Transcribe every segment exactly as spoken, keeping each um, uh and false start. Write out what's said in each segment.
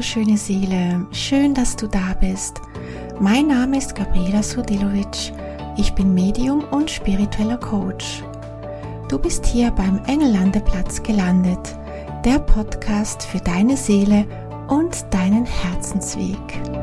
wunderschöne Seele, schön, dass du da bist. Mein Name ist Gabriela Surdilovic, ich bin Medium und spiritueller Coach. Du bist hier beim Engellandeplatz gelandet, der Podcast für deine Seele und deinen Herzensweg.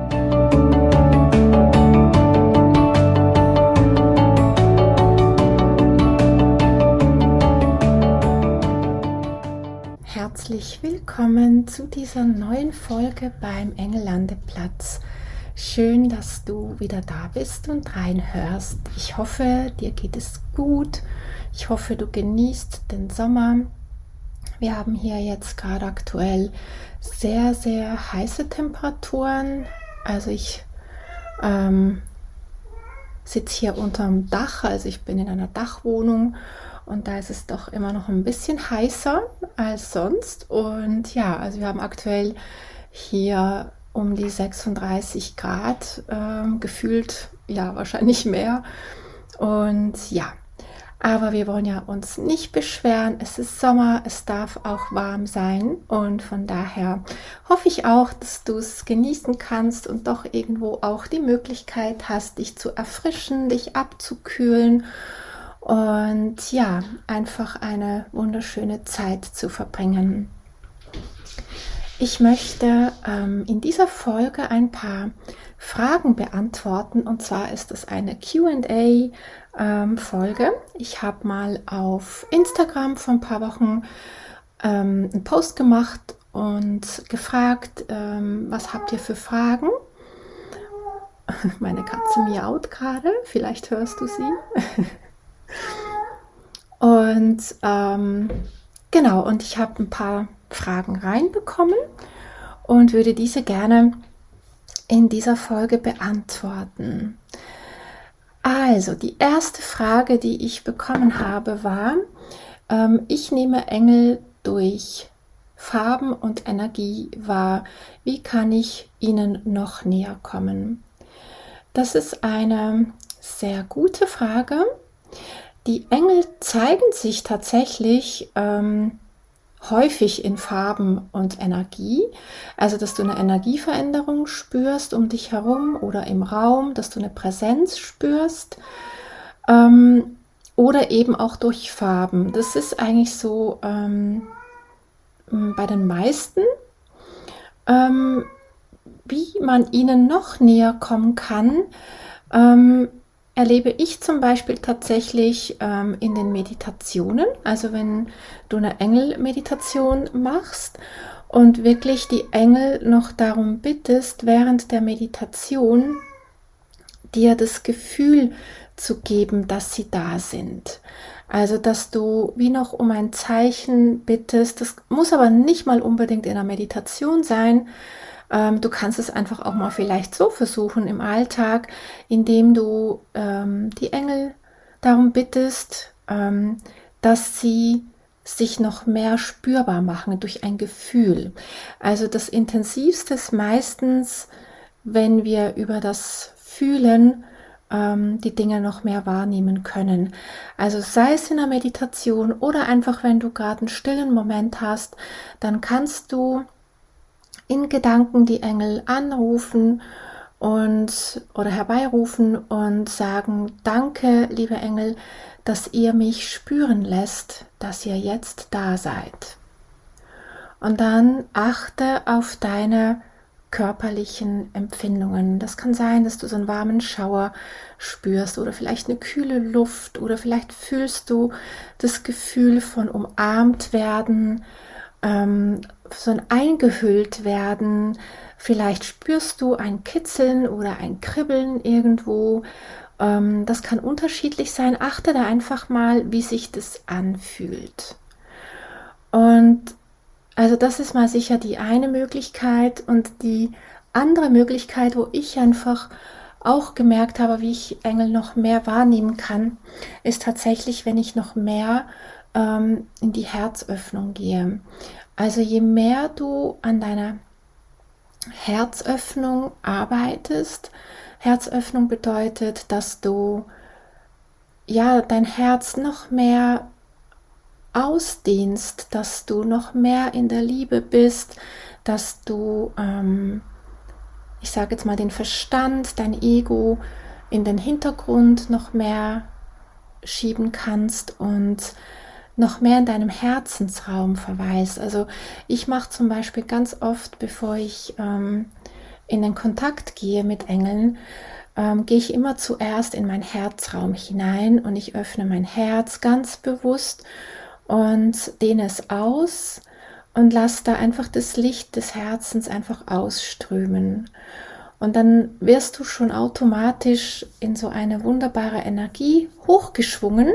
Herzlich willkommen zu dieser neuen Folge beim Engellandeplatz. Schön, dass du wieder da bist und reinhörst. Ich hoffe, dir geht es gut. Ich hoffe, du genießt den Sommer. Wir haben hier jetzt gerade aktuell sehr, sehr heiße Temperaturen. Also ich ähm, sitze hier unterm Dach, also ich bin in einer Dachwohnung. Und da ist es doch immer noch ein bisschen heißer als sonst. Und ja, also wir haben aktuell hier um die sechsunddreißig Grad, äh, gefühlt, ja, wahrscheinlich mehr. Und ja, aber wir wollen ja uns nicht beschweren. Es ist Sommer, es darf auch warm sein. Und von daher hoffe ich auch, dass du es genießen kannst und doch irgendwo auch die Möglichkeit hast, dich zu erfrischen, dich abzukühlen. Und ja, einfach eine wunderschöne Zeit zu verbringen. Ich möchte ähm, in dieser Folge ein paar Fragen beantworten. Und zwar ist es eine Q und A-Folge. Ähm, ich habe mal auf Instagram vor ein paar Wochen ähm, einen Post gemacht und gefragt, ähm, was habt ihr für Fragen? Meine Katze miaut gerade, vielleicht hörst du sie. Und ähm, genau, und ich habe ein paar Fragen reinbekommen und würde diese gerne in dieser Folge beantworten. Also, die erste Frage, die ich bekommen habe, war, ähm, ich nehme Engel durch Farben und Energie wahr. Wie kann ich ihnen noch näher kommen? Das ist eine sehr gute Frage. Die Engel zeigen sich tatsächlich ähm, häufig in Farben und Energie, also dass du eine Energieveränderung spürst um dich herum oder im Raum, dass du eine Präsenz spürst ähm, oder eben auch durch Farben. Das ist eigentlich so ähm, bei den meisten, ähm, wie man ihnen noch näher kommen kann. Ähm, erlebe ich zum Beispiel tatsächlich ähm, in den Meditationen, also wenn du eine Engelmeditation machst und wirklich die Engel noch darum bittest, während der Meditation dir das Gefühl zu geben, dass sie da sind. Also, dass du wie noch um ein Zeichen bittest. Das muss aber nicht mal unbedingt in der Meditation sein. Du kannst es einfach auch mal vielleicht so versuchen im Alltag, indem du ähm, die Engel darum bittest, ähm, dass sie sich noch mehr spürbar machen durch ein Gefühl. Also das Intensivste ist meistens, wenn wir über das Fühlen ähm, die Dinge noch mehr wahrnehmen können. Also sei es in der Meditation oder einfach, wenn du gerade einen stillen Moment hast, dann kannst du in Gedanken die Engel anrufen und oder herbeirufen und sagen: Danke, liebe Engel, dass ihr mich spüren lässt, dass ihr jetzt da seid. Und dann achte auf deine körperlichen Empfindungen. Das kann sein, dass du so einen warmen Schauer spürst oder vielleicht eine kühle Luft oder vielleicht fühlst du das Gefühl von umarmt werden, ähm, so ein eingehüllt werden, vielleicht spürst du ein Kitzeln oder ein Kribbeln irgendwo, ähm, das kann unterschiedlich sein, achte da einfach mal, wie sich das anfühlt. Und also das ist mal sicher die eine Möglichkeit und die andere Möglichkeit, wo ich einfach auch gemerkt habe, wie ich Engel noch mehr wahrnehmen kann, ist tatsächlich, wenn ich noch mehr ähm, in die Herzöffnung gehe. Also je mehr du an deiner Herzöffnung arbeitest, Herzöffnung bedeutet, dass du ja dein Herz noch mehr ausdehnst, dass du noch mehr in der Liebe bist, dass du, ähm, ich sage jetzt mal, den Verstand, dein Ego in den Hintergrund noch mehr schieben kannst und noch mehr in deinem Herzensraum verweist. Also ich mache zum Beispiel ganz oft, bevor ich ähm, in den Kontakt gehe mit Engeln, ähm, gehe ich immer zuerst in meinen Herzraum hinein und ich öffne mein Herz ganz bewusst und dehne es aus und lasse da einfach das Licht des Herzens einfach ausströmen. Und dann wirst du schon automatisch in so eine wunderbare Energie hochgeschwungen.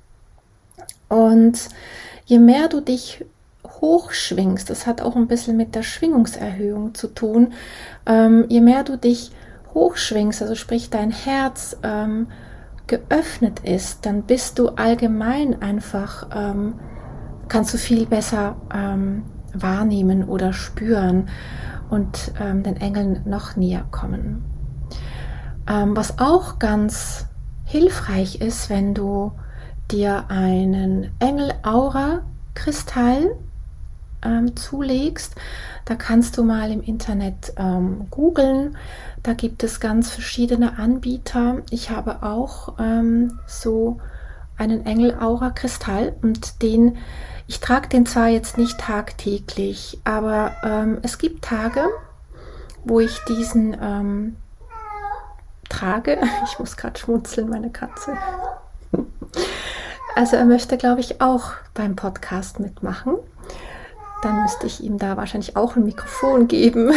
Und je mehr du dich hochschwingst, das hat auch ein bisschen mit der Schwingungserhöhung zu tun, ähm, je mehr du dich hochschwingst, also sprich dein Herz ähm, geöffnet ist, dann bist du allgemein einfach, ähm, kannst du viel besser ähm, wahrnehmen oder spüren und ähm, den Engeln noch näher kommen. Ähm, was auch ganz hilfreich ist, wenn du dir einen Engel-Aura-Kristall ähm, zulegst. Da kannst du mal im Internet ähm, googeln. Da gibt es ganz verschiedene Anbieter. Ich habe auch ähm, so einen Engel-Aura-Kristall und den, ich trage den zwar jetzt nicht tagtäglich, aber ähm, es gibt Tage, wo ich diesen ähm, trage. Ich muss gerade schmunzeln, meine Katze. Also er möchte, glaube ich, auch beim Podcast mitmachen. Dann müsste ich ihm da wahrscheinlich auch ein Mikrofon geben.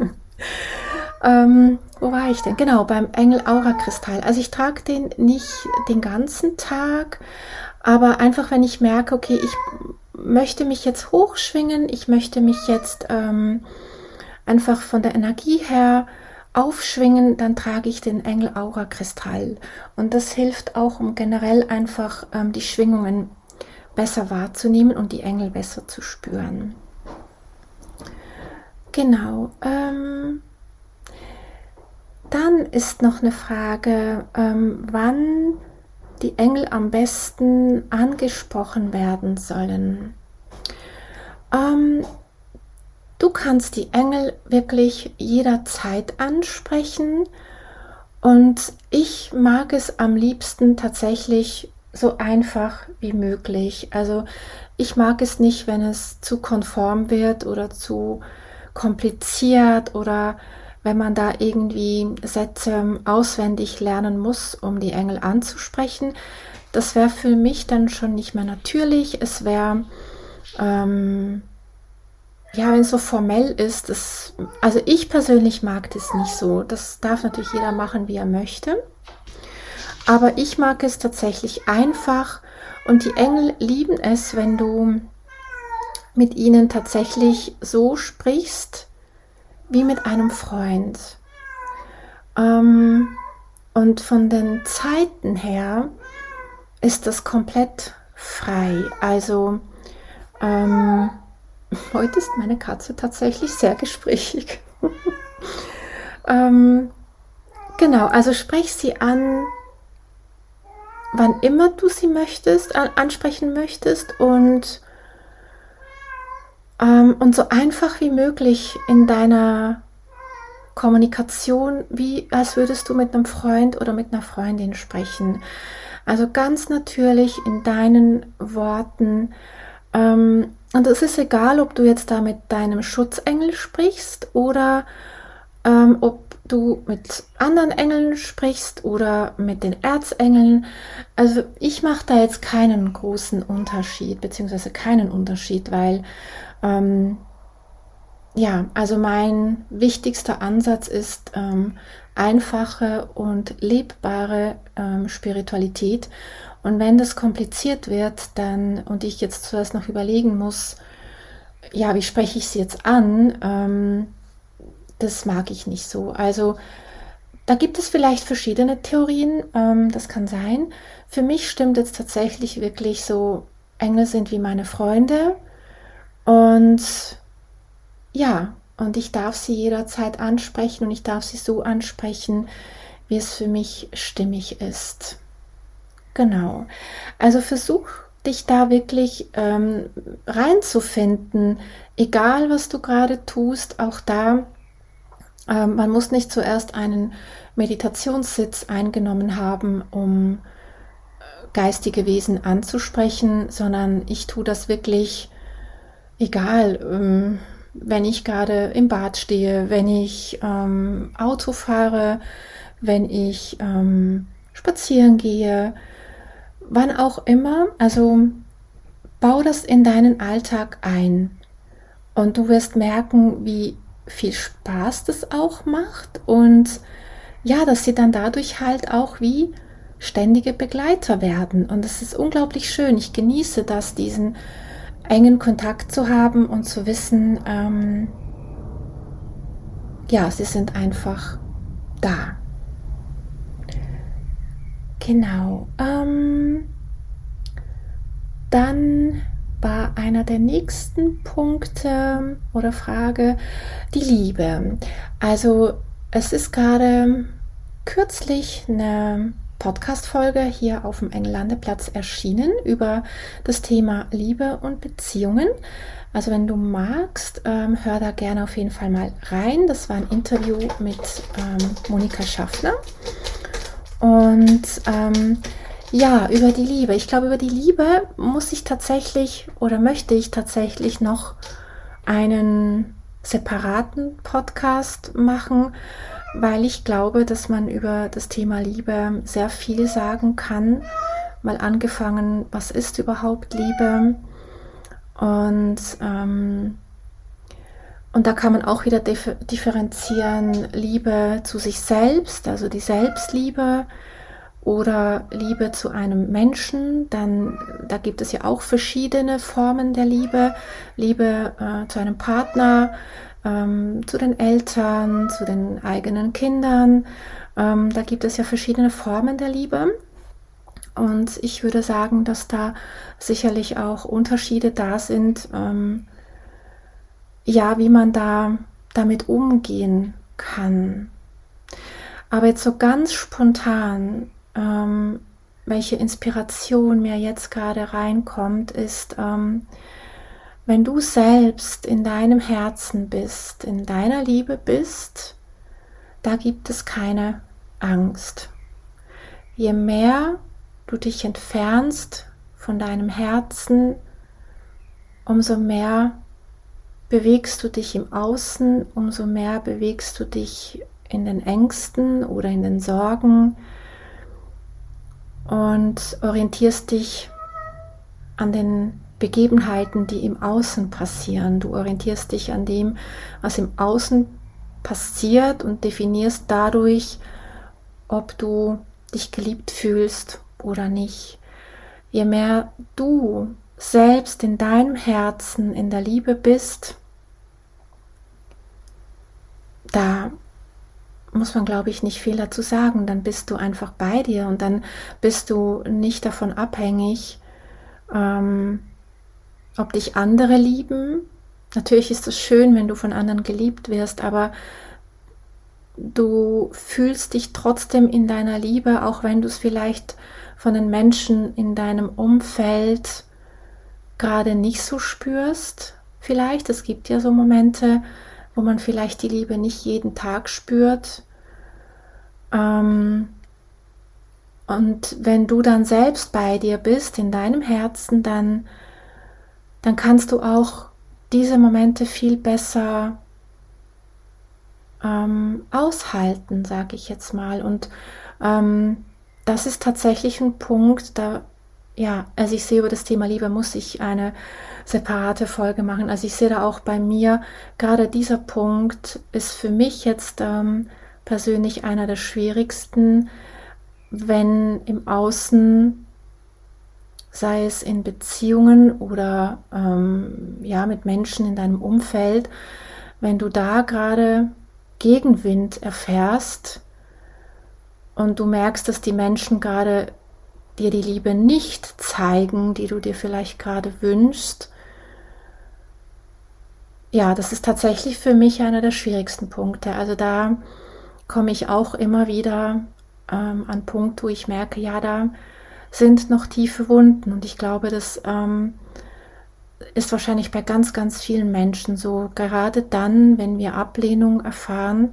ähm, wo war ich denn? Genau, beim Engel-Aura-Kristall. Also ich trage den nicht den ganzen Tag, aber einfach, wenn ich merke, okay, ich möchte mich jetzt hochschwingen, ich möchte mich jetzt ähm, einfach von der Energie her aufschwingen, dann trage ich den Engel-Aura-Kristall. Und das hilft auch, um generell einfach ähm, die Schwingungen besser wahrzunehmen und die Engel besser zu spüren. Genau. Ähm, dann ist noch eine Frage, ähm, wann die Engel am besten angesprochen werden sollen. Ähm, Du kannst die Engel wirklich jederzeit ansprechen und ich mag es am liebsten tatsächlich so einfach wie möglich. Also ich mag es nicht, wenn es zu konform wird oder zu kompliziert oder wenn man da irgendwie Sätze auswendig lernen muss, um die Engel anzusprechen. Das wäre für mich dann schon nicht mehr natürlich. Es wäre ähm, Ja, wenn es so formell ist, das, also ich persönlich mag das nicht so. Das darf natürlich jeder machen, wie er möchte. Aber ich mag es tatsächlich einfach und die Engel lieben es, wenn du mit ihnen tatsächlich so sprichst, wie mit einem Freund. Ähm, und von den Zeiten her ist das komplett frei. Also, ähm, heute ist meine Katze tatsächlich sehr gesprächig. ähm, genau, also sprich sie an, wann immer du sie möchtest, an, ansprechen möchtest und, ähm, und so einfach wie möglich in deiner Kommunikation, wie als würdest du mit einem Freund oder mit einer Freundin sprechen. Also ganz natürlich in deinen Worten. Ähm, und es ist egal, ob du jetzt da mit deinem Schutzengel sprichst oder ähm, ob du mit anderen Engeln sprichst oder mit den Erzengeln. Also ich mache da jetzt keinen großen Unterschied, beziehungsweise keinen Unterschied, weil ähm, ja, also mein wichtigster Ansatz ist ähm, einfache und lebbare ähm, Spiritualität. Und wenn das kompliziert wird, dann und ich jetzt zuerst noch überlegen muss, ja, wie spreche ich sie jetzt an, ähm, das mag ich nicht so. Also da gibt es vielleicht verschiedene Theorien, ähm, das kann sein. Für mich stimmt jetzt tatsächlich wirklich so, Engel sind wie meine Freunde und ja, und ich darf sie jederzeit ansprechen und ich darf sie so ansprechen, wie es für mich stimmig ist. Genau. Also versuch dich da wirklich ähm, reinzufinden, egal was du gerade tust, auch da, ähm, man muss nicht zuerst einen Meditationssitz eingenommen haben, um geistige Wesen anzusprechen, sondern ich tue das wirklich, egal, ähm, wenn ich gerade im Bad stehe, wenn ich ähm, Auto fahre, wenn ich ähm, spazieren gehe, wann auch immer. Also bau das in deinen Alltag ein und du wirst merken, wie viel Spaß das auch macht und ja, dass sie dann dadurch halt auch wie ständige Begleiter werden. Und es ist unglaublich schön. Ich genieße das, diesen engen Kontakt zu haben und zu wissen, ähm, ja, sie sind einfach da. Genau. Ähm, dann war einer der nächsten Punkte oder Frage die Liebe. Also es ist gerade kürzlich eine Podcast-Folge hier auf dem Engellandeplatz erschienen über das Thema Liebe und Beziehungen. Also wenn du magst, ähm, hör da gerne auf jeden Fall mal rein. Das war ein Interview mit ähm, Monika Schaffner. Und ähm, ja, über die Liebe. Ich glaube, über die Liebe muss ich tatsächlich oder möchte ich tatsächlich noch einen separaten Podcast machen, weil ich glaube, dass man über das Thema Liebe sehr viel sagen kann. Mal angefangen, was ist überhaupt Liebe? Und, ähm, und da kann man auch wieder dif- differenzieren, Liebe zu sich selbst, also die Selbstliebe, oder Liebe zu einem Menschen. Dann, da gibt es ja auch verschiedene Formen der Liebe. Liebe äh, zu einem Partner, ähm, zu den Eltern, zu den eigenen Kindern. Ähm, da gibt es ja verschiedene Formen der Liebe. Und ich würde sagen, dass da sicherlich auch Unterschiede da sind, ähm, ja, wie man da damit umgehen kann. Aber jetzt so ganz spontan, ähm, welche Inspiration mir jetzt gerade reinkommt, ist, ähm, wenn du selbst in deinem Herzen bist, in deiner Liebe bist, da gibt es keine Angst. Je mehr du dich entfernst von deinem Herzen, umso mehr bewegst du dich im Außen, umso mehr bewegst du dich in den Ängsten oder in den Sorgen und orientierst dich an den Begebenheiten, die im Außen passieren. Du orientierst dich an dem, was im Außen passiert und definierst dadurch, ob du dich geliebt fühlst oder nicht. Je mehr du selbst in deinem Herzen in der Liebe bist, da muss man, glaube ich, nicht viel dazu sagen. Dann bist du einfach bei dir und dann bist du nicht davon abhängig, ähm, ob dich andere lieben. Natürlich ist es schön, wenn du von anderen geliebt wirst, aber du fühlst dich trotzdem in deiner Liebe, auch wenn du es vielleicht von den Menschen in deinem Umfeld gerade nicht so spürst. Vielleicht, es gibt ja so Momente, wo man vielleicht die Liebe nicht jeden Tag spürt. Ähm, und wenn du dann selbst bei dir bist, in deinem Herzen, dann, dann kannst du auch diese Momente viel besser ähm, aushalten, sage ich jetzt mal. Und ähm, das ist tatsächlich ein Punkt, da, ja, also ich sehe, über das Thema Liebe muss ich eine separate Folge machen. Also ich sehe da auch bei mir, gerade dieser Punkt ist für mich jetzt ähm, persönlich einer der schwierigsten, wenn im Außen, sei es in Beziehungen oder ähm, ja, mit Menschen in deinem Umfeld, wenn du da gerade Gegenwind erfährst und du merkst, dass die Menschen gerade dir die Liebe nicht zeigen, die du dir vielleicht gerade wünschst. Ja, das ist tatsächlich für mich einer der schwierigsten Punkte. Also da komme ich auch immer wieder ähm, an einen Punkt, wo ich merke, ja, da, sind noch tiefe Wunden. Und ich glaube, das ähm, ist wahrscheinlich bei ganz, ganz vielen Menschen so. Gerade dann, wenn wir Ablehnung erfahren,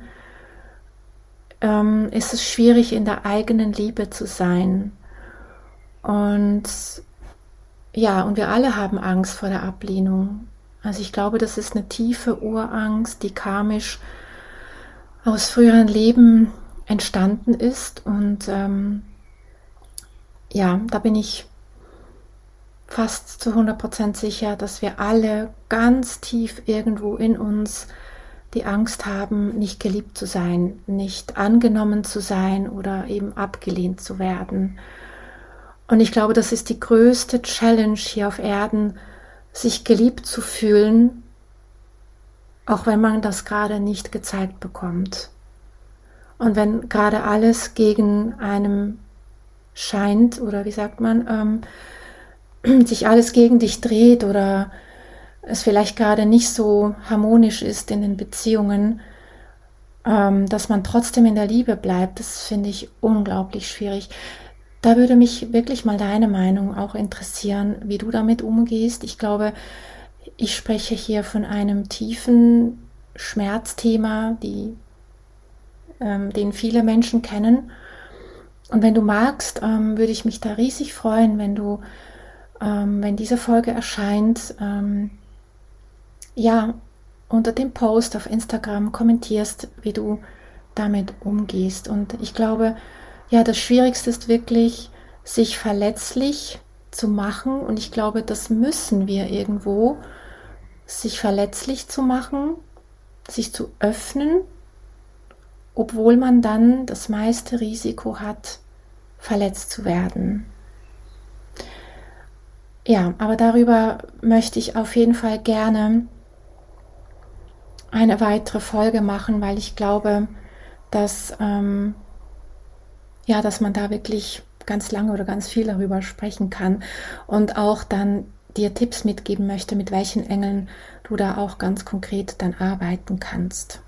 ähm, ist es schwierig, in der eigenen Liebe zu sein. Und ja, und wir alle haben Angst vor der Ablehnung. Also ich glaube, das ist eine tiefe Urangst, die karmisch aus früheren Leben entstanden ist. Und ähm, ja, da bin ich fast zu hundert Prozent sicher, dass wir alle ganz tief irgendwo in uns die Angst haben, nicht geliebt zu sein, nicht angenommen zu sein oder eben abgelehnt zu werden. Und ich glaube, das ist die größte Challenge hier auf Erden, sich geliebt zu fühlen, auch wenn man das gerade nicht gezeigt bekommt. Und wenn gerade alles gegen einem scheint, oder wie sagt man, ähm, sich alles gegen dich dreht oder es vielleicht gerade nicht so harmonisch ist in den Beziehungen, ähm, dass man trotzdem in der Liebe bleibt, das finde ich unglaublich schwierig. Da würde mich wirklich mal deine Meinung auch interessieren, wie du damit umgehst. Ich glaube, ich spreche hier von einem tiefen Schmerzthema, die, ähm, den viele Menschen kennen. Und wenn du magst, ähm, würde ich mich da riesig freuen, wenn du, ähm, wenn diese Folge erscheint, ähm, ja, unter dem Post auf Instagram kommentierst, wie du damit umgehst. Und ich glaube, ja, das Schwierigste ist wirklich, sich verletzlich zu machen. Und ich glaube, das müssen wir irgendwo, sich verletzlich zu machen, sich zu öffnen, obwohl man dann das meiste Risiko hat, verletzt zu werden. Ja, aber darüber möchte ich auf jeden Fall gerne eine weitere Folge machen, weil ich glaube, dass, ähm, ja, dass man da wirklich ganz lange oder ganz viel darüber sprechen kann und auch dann dir Tipps mitgeben möchte, mit welchen Engeln du da auch ganz konkret dann arbeiten kannst.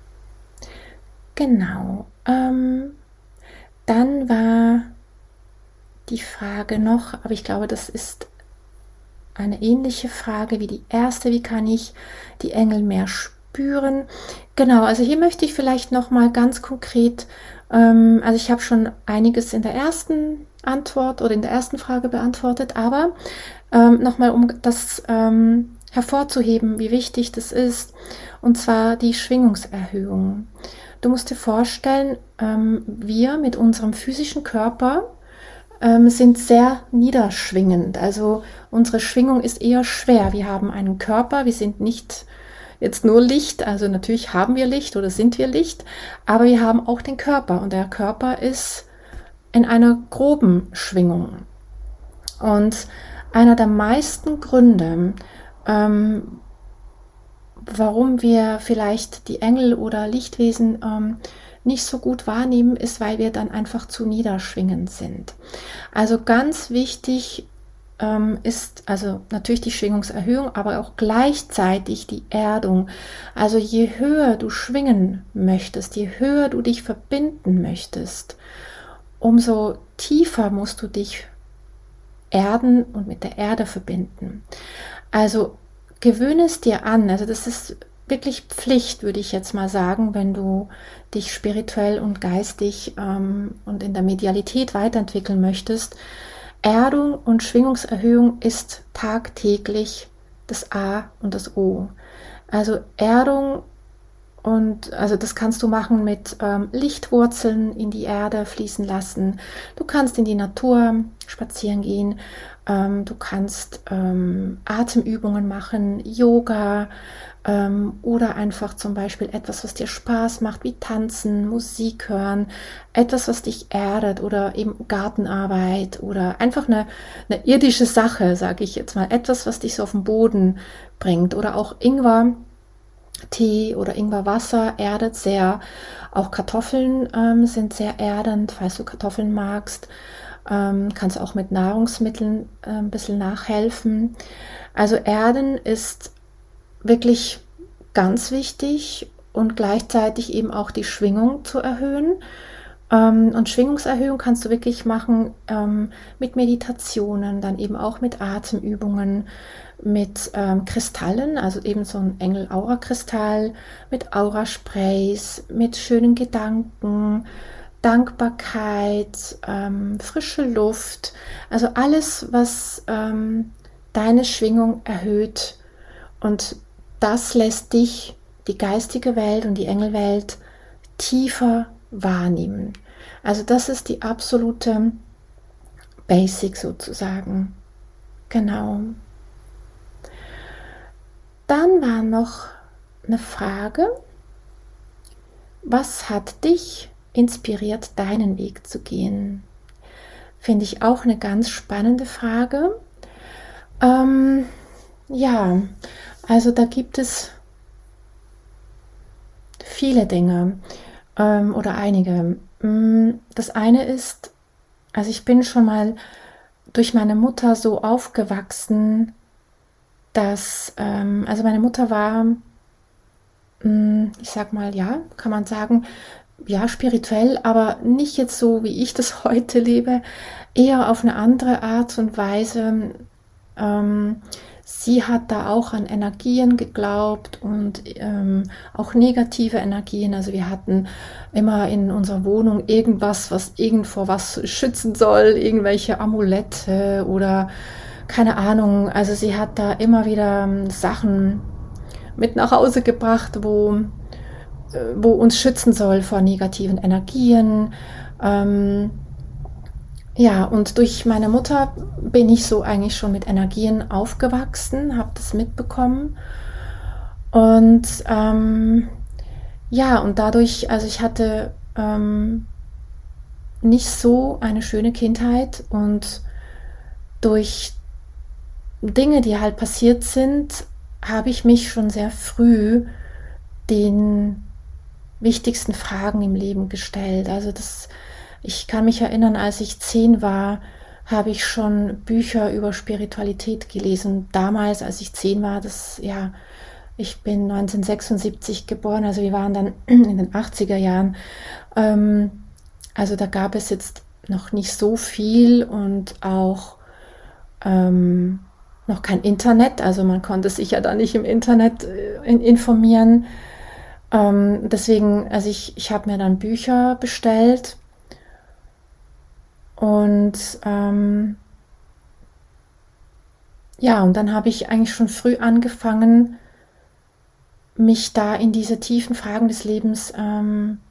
Genau. Ähm, dann war die Frage noch, aber ich glaube, das ist eine ähnliche Frage wie die erste. Wie kann ich die Engel mehr spüren? Genau, also hier möchte ich vielleicht noch mal ganz konkret, ähm, also ich habe schon einiges in der ersten Antwort oder in der ersten Frage beantwortet, aber ähm, noch mal, um das ähm, hervorzuheben, wie wichtig das ist, und zwar die Schwingungserhöhung. Du musst dir vorstellen, ähm, wir mit unserem physischen Körper ähm, sind sehr niederschwingend. Also unsere Schwingung ist eher schwer. Wir haben einen Körper, wir sind nicht jetzt nur Licht, also natürlich haben wir Licht oder sind wir Licht, aber wir haben auch den Körper und der Körper ist in einer groben Schwingung. Und einer der meisten Gründe, ähm, warum wir vielleicht die Engel oder Lichtwesen ähm, nicht so gut wahrnehmen, ist, weil wir dann einfach zu niederschwingend sind. Also ganz wichtig ähm, ist also natürlich die Schwingungserhöhung, aber auch gleichzeitig die Erdung. Also je höher du schwingen möchtest, je höher du dich verbinden möchtest, umso tiefer musst du dich erden und mit der Erde verbinden. Also gewöhne es dir an, also das ist wirklich Pflicht, würde ich jetzt mal sagen, wenn du dich spirituell und geistig ähm, und in der Medialität weiterentwickeln möchtest. Erdung und Schwingungserhöhung ist tagtäglich das A und das O. Also Erdung, und also das kannst du machen mit ähm, Lichtwurzeln in die Erde fließen lassen. Du kannst in die Natur spazieren gehen. Ähm, du kannst ähm, Atemübungen machen, Yoga ähm, oder einfach zum Beispiel etwas, was dir Spaß macht, wie Tanzen, Musik hören, etwas, was dich erdet oder eben Gartenarbeit oder einfach eine, eine irdische Sache, sage ich jetzt mal, etwas, was dich so auf den Boden bringt oder auch Ingwer. Tee oder Ingwerwasser erdet sehr. Auch Kartoffeln ähm, sind sehr erdend, falls du Kartoffeln magst. Ähm, kannst auch mit Nahrungsmitteln äh, ein bisschen nachhelfen. Also Erden ist wirklich ganz wichtig und gleichzeitig eben auch die Schwingung zu erhöhen. Ähm, und Schwingungserhöhung kannst du wirklich machen ähm, mit Meditationen, dann eben auch mit Atemübungen, mit ähm, Kristallen, also eben so ein Engel-Aura-Kristall, mit Aurasprays, mit schönen Gedanken, Dankbarkeit, ähm, frische Luft, also alles, was ähm, deine Schwingung erhöht, und das lässt dich, die geistige Welt und die Engelwelt, tiefer wahrnehmen. Also das ist die absolute Basic sozusagen. Genau. Dann war noch eine Frage: Was hat dich inspiriert, deinen Weg zu gehen? Finde ich auch eine ganz spannende Frage. Ähm, ja, also da gibt es viele Dinge ähm, oder einige. Das eine ist, also ich bin schon mal durch meine Mutter so aufgewachsen, dass, ähm, also meine Mutter war, mh, ich sag mal, ja, kann man sagen, ja, spirituell, aber nicht jetzt so, wie ich das heute lebe, eher auf eine andere Art und Weise. Ähm, sie hat da auch an Energien geglaubt und ähm, auch negative Energien. Also wir hatten immer in unserer Wohnung irgendwas, was irgend vor was schützen soll, irgendwelche Amulette oder keine Ahnung. Also sie hat da immer wieder ähm, Sachen mit nach Hause gebracht, wo, äh, wo uns schützen soll vor negativen Energien. Ähm, Ja, und durch meine Mutter bin ich so eigentlich schon mit Energien aufgewachsen, habe das mitbekommen. Und ähm, ja, und dadurch, also ich hatte ähm, nicht so eine schöne Kindheit, und durch Dinge, die halt passiert sind, habe ich mich schon sehr früh den wichtigsten Fragen im Leben gestellt. Also das, ich kann mich erinnern, als ich zehn war, habe ich schon Bücher über Spiritualität gelesen. Damals, als ich zehn war, das, ja, ich bin neunzehnhundertsechsundsiebzig geboren, also wir waren dann in den achtziger Jahren. Ähm, also da gab es jetzt noch nicht so viel und auch ähm, noch kein Internet, also man konnte sich ja da nicht im Internet äh, informieren. Ähm, deswegen, also ich, ich habe mir dann Bücher bestellt und ähm, ja, und dann habe ich eigentlich schon früh angefangen, mich da in diese tiefen Fragen des Lebens ähm,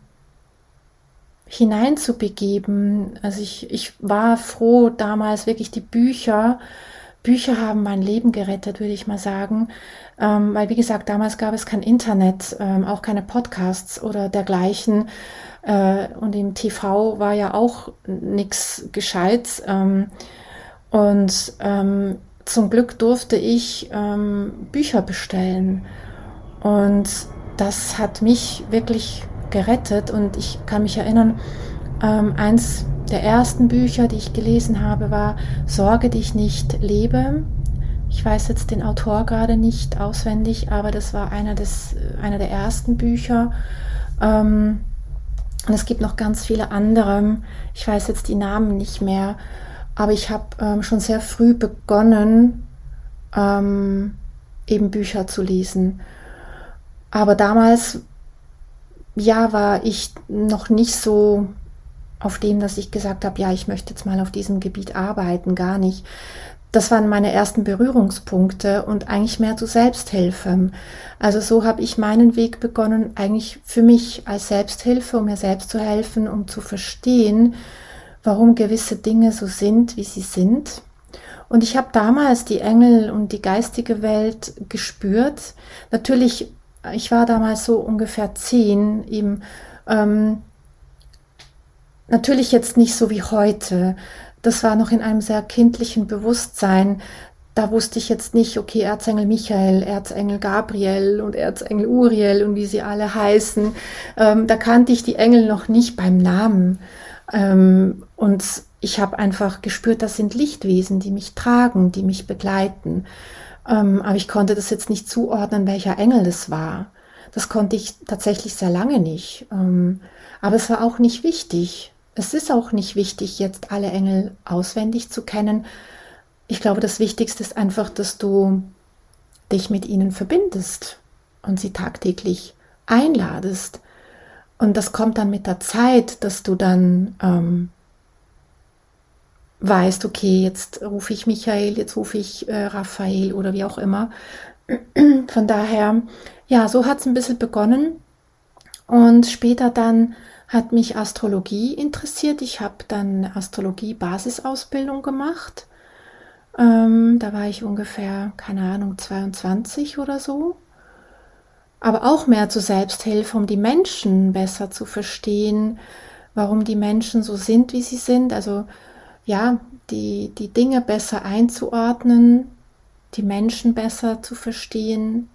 hineinzubegeben. Also ich, ich war froh damals wirklich, die Bücher, Bücher haben mein Leben gerettet, würde ich mal sagen. Ähm, weil wie gesagt, damals gab es kein Internet, ähm, auch keine Podcasts oder dergleichen. Äh, und im T V war ja auch nichts Gescheites. Ähm, und ähm, zum Glück durfte ich ähm, Bücher bestellen. Und das hat mich wirklich gerettet, und ich kann mich erinnern, ähm, eins der ersten Bücher, die ich gelesen habe, war Sorge dich nicht, lebe. Ich weiß jetzt den Autor gerade nicht auswendig, aber das war einer, des, einer der ersten Bücher. Ähm, und es gibt noch ganz viele andere. Ich weiß jetzt die Namen nicht mehr, aber ich habe ähm, schon sehr früh begonnen, ähm, eben Bücher zu lesen. Aber damals, ja, war ich noch nicht so auf dem, dass ich gesagt habe, ja, ich möchte jetzt mal auf diesem Gebiet arbeiten, gar nicht. Das waren meine ersten Berührungspunkte und eigentlich mehr zu Selbsthilfe. Also so habe ich meinen Weg begonnen, eigentlich für mich als Selbsthilfe, um mir selbst zu helfen, um zu verstehen, warum gewisse Dinge so sind, wie sie sind. Und ich habe damals die Engel und die geistige Welt gespürt. Natürlich, ich war damals so ungefähr zehn, eben ähm, natürlich jetzt nicht so wie heute. Das war noch in einem sehr kindlichen Bewusstsein. Da wusste ich jetzt nicht, okay, Erzengel Michael, Erzengel Gabriel und Erzengel Uriel und wie sie alle heißen. Ähm, da kannte ich die Engel noch nicht beim Namen. Ähm, und ich habe einfach gespürt, das sind Lichtwesen, die mich tragen, die mich begleiten. Ähm, aber ich konnte das jetzt nicht zuordnen, welcher Engel das war. Das konnte ich tatsächlich sehr lange nicht. Ähm, Aber es war auch nicht wichtig. Es ist auch nicht wichtig, jetzt alle Engel auswendig zu kennen. Ich glaube, das Wichtigste ist einfach, dass du dich mit ihnen verbindest und sie tagtäglich einladest. Und das kommt dann mit der Zeit, dass du dann ähm, weißt, okay, jetzt rufe ich Michael, jetzt rufe ich äh, Raphael oder wie auch immer. Von daher, ja, so hat es ein bisschen begonnen. Und später dann hat mich Astrologie interessiert. Ich habe dann Astrologie-Basisausbildung gemacht. Ähm, da war ich ungefähr, keine Ahnung, zweiundzwanzig oder so. Aber auch mehr zur Selbsthilfe, um die Menschen besser zu verstehen, warum die Menschen so sind, wie sie sind. Also ja, die, die Dinge besser einzuordnen, die Menschen besser zu verstehen.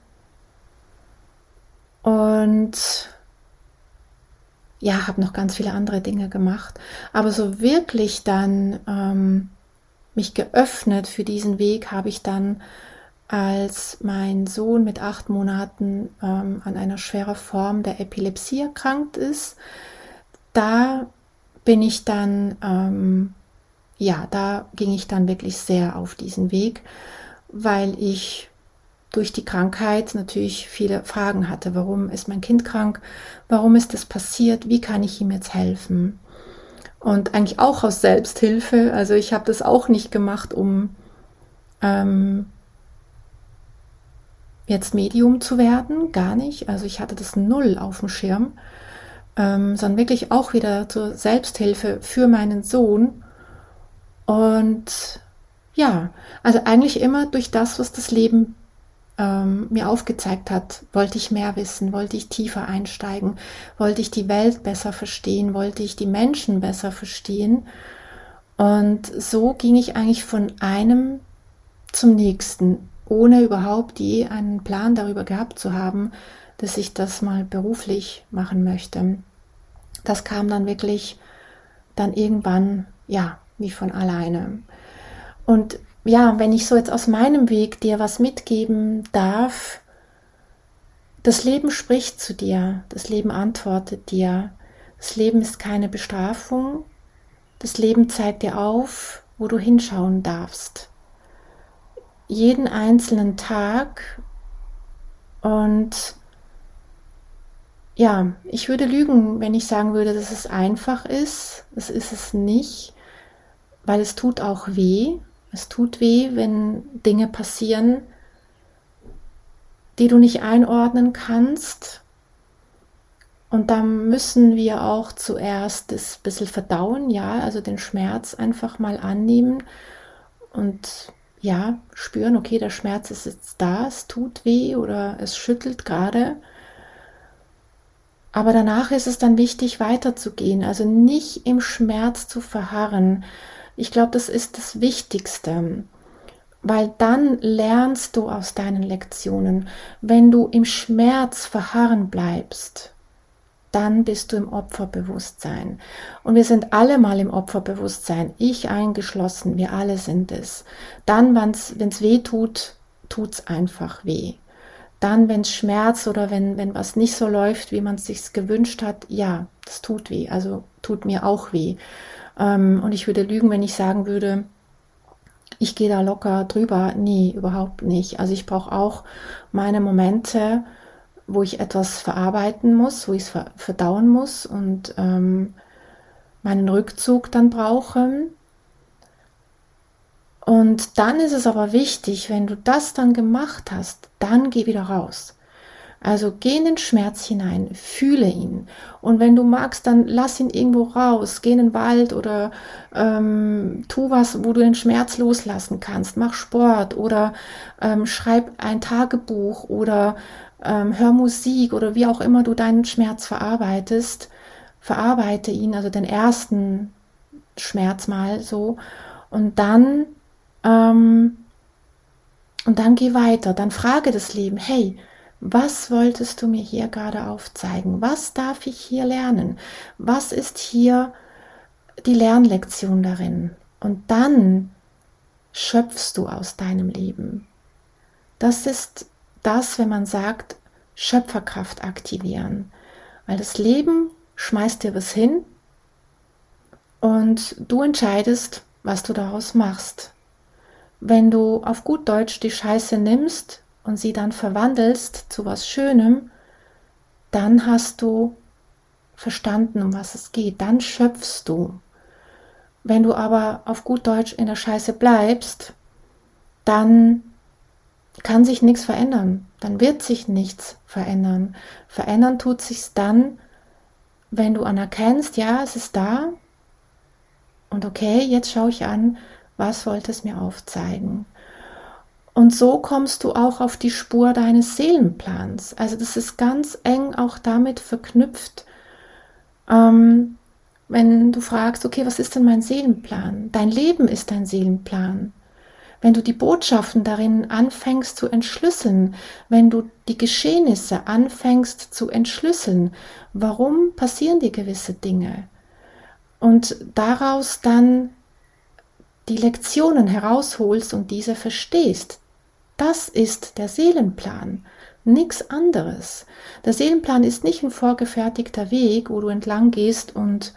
Und ja, habe noch ganz viele andere Dinge gemacht. Aber so wirklich dann ähm, mich geöffnet für diesen Weg habe ich dann, als mein Sohn mit acht Monaten ähm, an einer schweren Form der Epilepsie erkrankt ist. Da bin ich dann, ähm, ja, da ging ich dann wirklich sehr auf diesen Weg, weil ich durch die Krankheit natürlich viele Fragen hatte. Warum ist mein Kind krank? Warum ist das passiert? Wie kann ich ihm jetzt helfen? Und eigentlich auch aus Selbsthilfe. Also ich habe das auch nicht gemacht, um ähm, jetzt Medium zu werden, gar nicht. Also ich hatte das null auf dem Schirm, ähm, sondern wirklich auch wieder zur Selbsthilfe für meinen Sohn. Und ja, also eigentlich immer durch das, was das Leben ähm, mir aufgezeigt hat, wollte ich mehr wissen, wollte ich tiefer einsteigen, wollte ich die Welt besser verstehen, wollte ich die Menschen besser verstehen. Und so ging ich eigentlich von einem zum nächsten, ohne überhaupt je einen Plan darüber gehabt zu haben, dass ich das mal beruflich machen möchte. Das kam dann wirklich dann irgendwann, ja, wie von alleine. Und ja, wenn ich so jetzt aus meinem Weg dir was mitgeben darf, das Leben spricht zu dir, das Leben antwortet dir, das Leben ist keine Bestrafung, das Leben zeigt dir auf, wo du hinschauen darfst. Jeden einzelnen Tag. Und ja, ich würde lügen, wenn ich sagen würde, dass es einfach ist. Das ist es nicht, weil es tut auch weh. Es tut weh, wenn Dinge passieren, die du nicht einordnen kannst. Und da müssen wir auch zuerst das ein bisschen verdauen, ja, also den Schmerz einfach mal annehmen und ja, spüren, okay, der Schmerz ist jetzt da, es tut weh oder es schüttelt gerade. Aber danach ist es dann wichtig, weiterzugehen, also nicht im Schmerz zu verharren. Ich glaube, das ist das Wichtigste, weil dann lernst du aus deinen Lektionen. Wenn du im Schmerz verharren bleibst, dann bist du im Opferbewusstsein. Und wir sind alle mal im Opferbewusstsein, ich eingeschlossen, wir alle sind es. Dann, wenn es weh tut, tut es einfach weh. Dann, wenn es schmerzt oder wenn, wenn was nicht so läuft, wie man es sich gewünscht hat, ja, das tut weh, also tut mir auch weh. Ähm, und ich würde lügen, wenn ich sagen würde, ich gehe da locker drüber. Nee, überhaupt nicht. Also ich brauche auch meine Momente, wo ich etwas verarbeiten muss, wo ich es verdauen muss und ähm, meinen Rückzug dann brauche. Und dann ist es aber wichtig, wenn du das dann gemacht hast, dann geh wieder raus. Also geh in den Schmerz hinein, fühle ihn. Und wenn du magst, dann lass ihn irgendwo raus. Geh in den Wald oder ähm, tu was, wo du den Schmerz loslassen kannst. Mach Sport oder ähm, schreib ein Tagebuch oder ähm, hör Musik oder wie auch immer du deinen Schmerz verarbeitest. Verarbeite ihn, also den ersten Schmerz mal so. Und dann, ähm, und dann geh weiter. Dann frage das Leben, hey, was wolltest du mir hier gerade aufzeigen? Was darf ich hier lernen? Was ist hier die Lernlektion darin? Und dann schöpfst du aus deinem Leben. Das ist das, wenn man sagt, Schöpferkraft aktivieren. Weil das Leben schmeißt dir was hin und du entscheidest, was du daraus machst. Wenn du auf gut Deutsch die Scheiße nimmst und sie dann verwandelst zu was Schönem, dann hast du verstanden, um was es geht, dann schöpfst du. Wenn du aber auf gut Deutsch in der Scheiße bleibst, dann kann sich nichts verändern, dann wird sich nichts verändern. Verändern tut sich's dann, wenn du anerkennst, ja, es ist da und okay, jetzt schaue ich an, was wollte es mir aufzeigen. Und so kommst du auch auf die Spur deines Seelenplans. Also das ist ganz eng auch damit verknüpft, ähm, wenn du fragst, okay, was ist denn mein Seelenplan? Dein Leben ist dein Seelenplan. Wenn du die Botschaften darin anfängst zu entschlüsseln, wenn du die Geschehnisse anfängst zu entschlüsseln, warum passieren dir gewisse Dinge? Und daraus dann die Lektionen herausholst und diese verstehst. Das ist der Seelenplan, nichts anderes. Der Seelenplan ist nicht ein vorgefertigter Weg, wo du entlang gehst und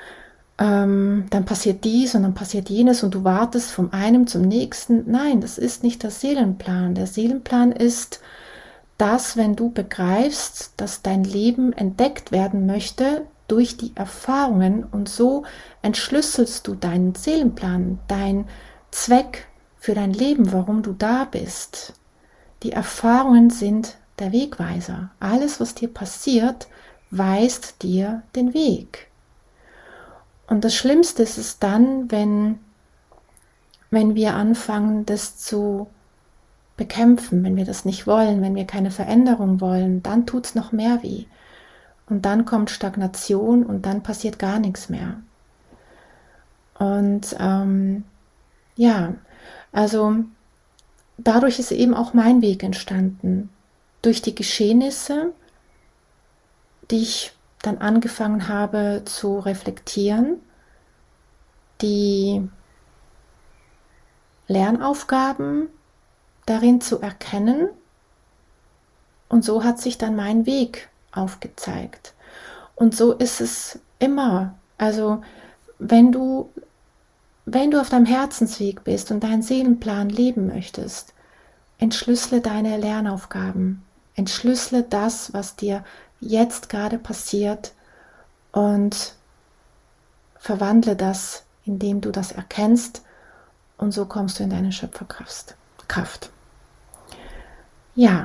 ähm, dann passiert dies und dann passiert jenes und du wartest vom einen zum nächsten. Nein, das ist nicht der Seelenplan. Der Seelenplan ist das, wenn du begreifst, dass dein Leben entdeckt werden möchte durch die Erfahrungen und so entschlüsselst du deinen Seelenplan, dein Zweck für dein Leben, warum du da bist. Die Erfahrungen sind der Wegweiser. Alles, was dir passiert, weist dir den Weg. Und das Schlimmste ist es dann, wenn, wenn wir anfangen, das zu bekämpfen, wenn wir das nicht wollen, wenn wir keine Veränderung wollen, dann tut es noch mehr weh. Und dann kommt Stagnation und dann passiert gar nichts mehr. Und ähm, ja, also dadurch ist eben auch mein Weg entstanden. Durch die Geschehnisse, die ich dann angefangen habe zu reflektieren, die Lernaufgaben darin zu erkennen, und so hat sich dann mein Weg aufgezeigt. Und so ist es immer. Also wenn du, wenn du auf deinem Herzensweg bist und deinen Seelenplan leben möchtest, entschlüssele deine Lernaufgaben, entschlüssele das, was dir jetzt gerade passiert und verwandle das, indem du das erkennst, und so kommst du in deine Schöpferkraft. Kraft. Ja,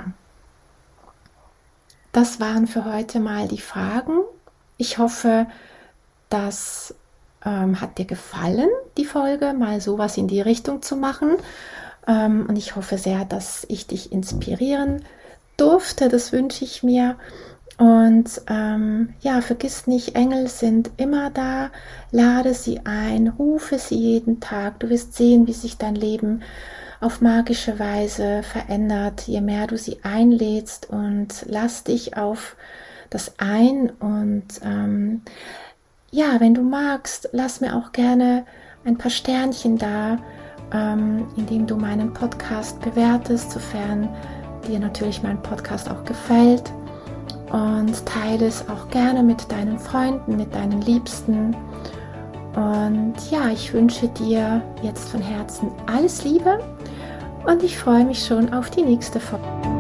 das waren für heute mal die Fragen. Ich hoffe, das ähm, hat dir gefallen, die Folge, mal sowas in die Richtung zu machen. Ähm, und ich hoffe sehr, dass ich dich inspirieren durfte. Das wünsche ich mir. Und ähm, ja, vergiss nicht, Engel sind immer da. Lade sie ein, rufe sie jeden Tag. Du wirst sehen, wie sich dein Leben auf magische Weise verändert, je mehr du sie einlädst, und lass dich auf das ein. Und ähm, ja, wenn du magst, lass mir auch gerne ein paar Sternchen da, ähm, indem du meinen Podcast bewertest, sofern dir natürlich mein Podcast auch gefällt, und teile es auch gerne mit deinen Freunden, mit deinen Liebsten. Und ja, ich wünsche dir jetzt von Herzen alles Liebe und ich freue mich schon auf die nächste Folge.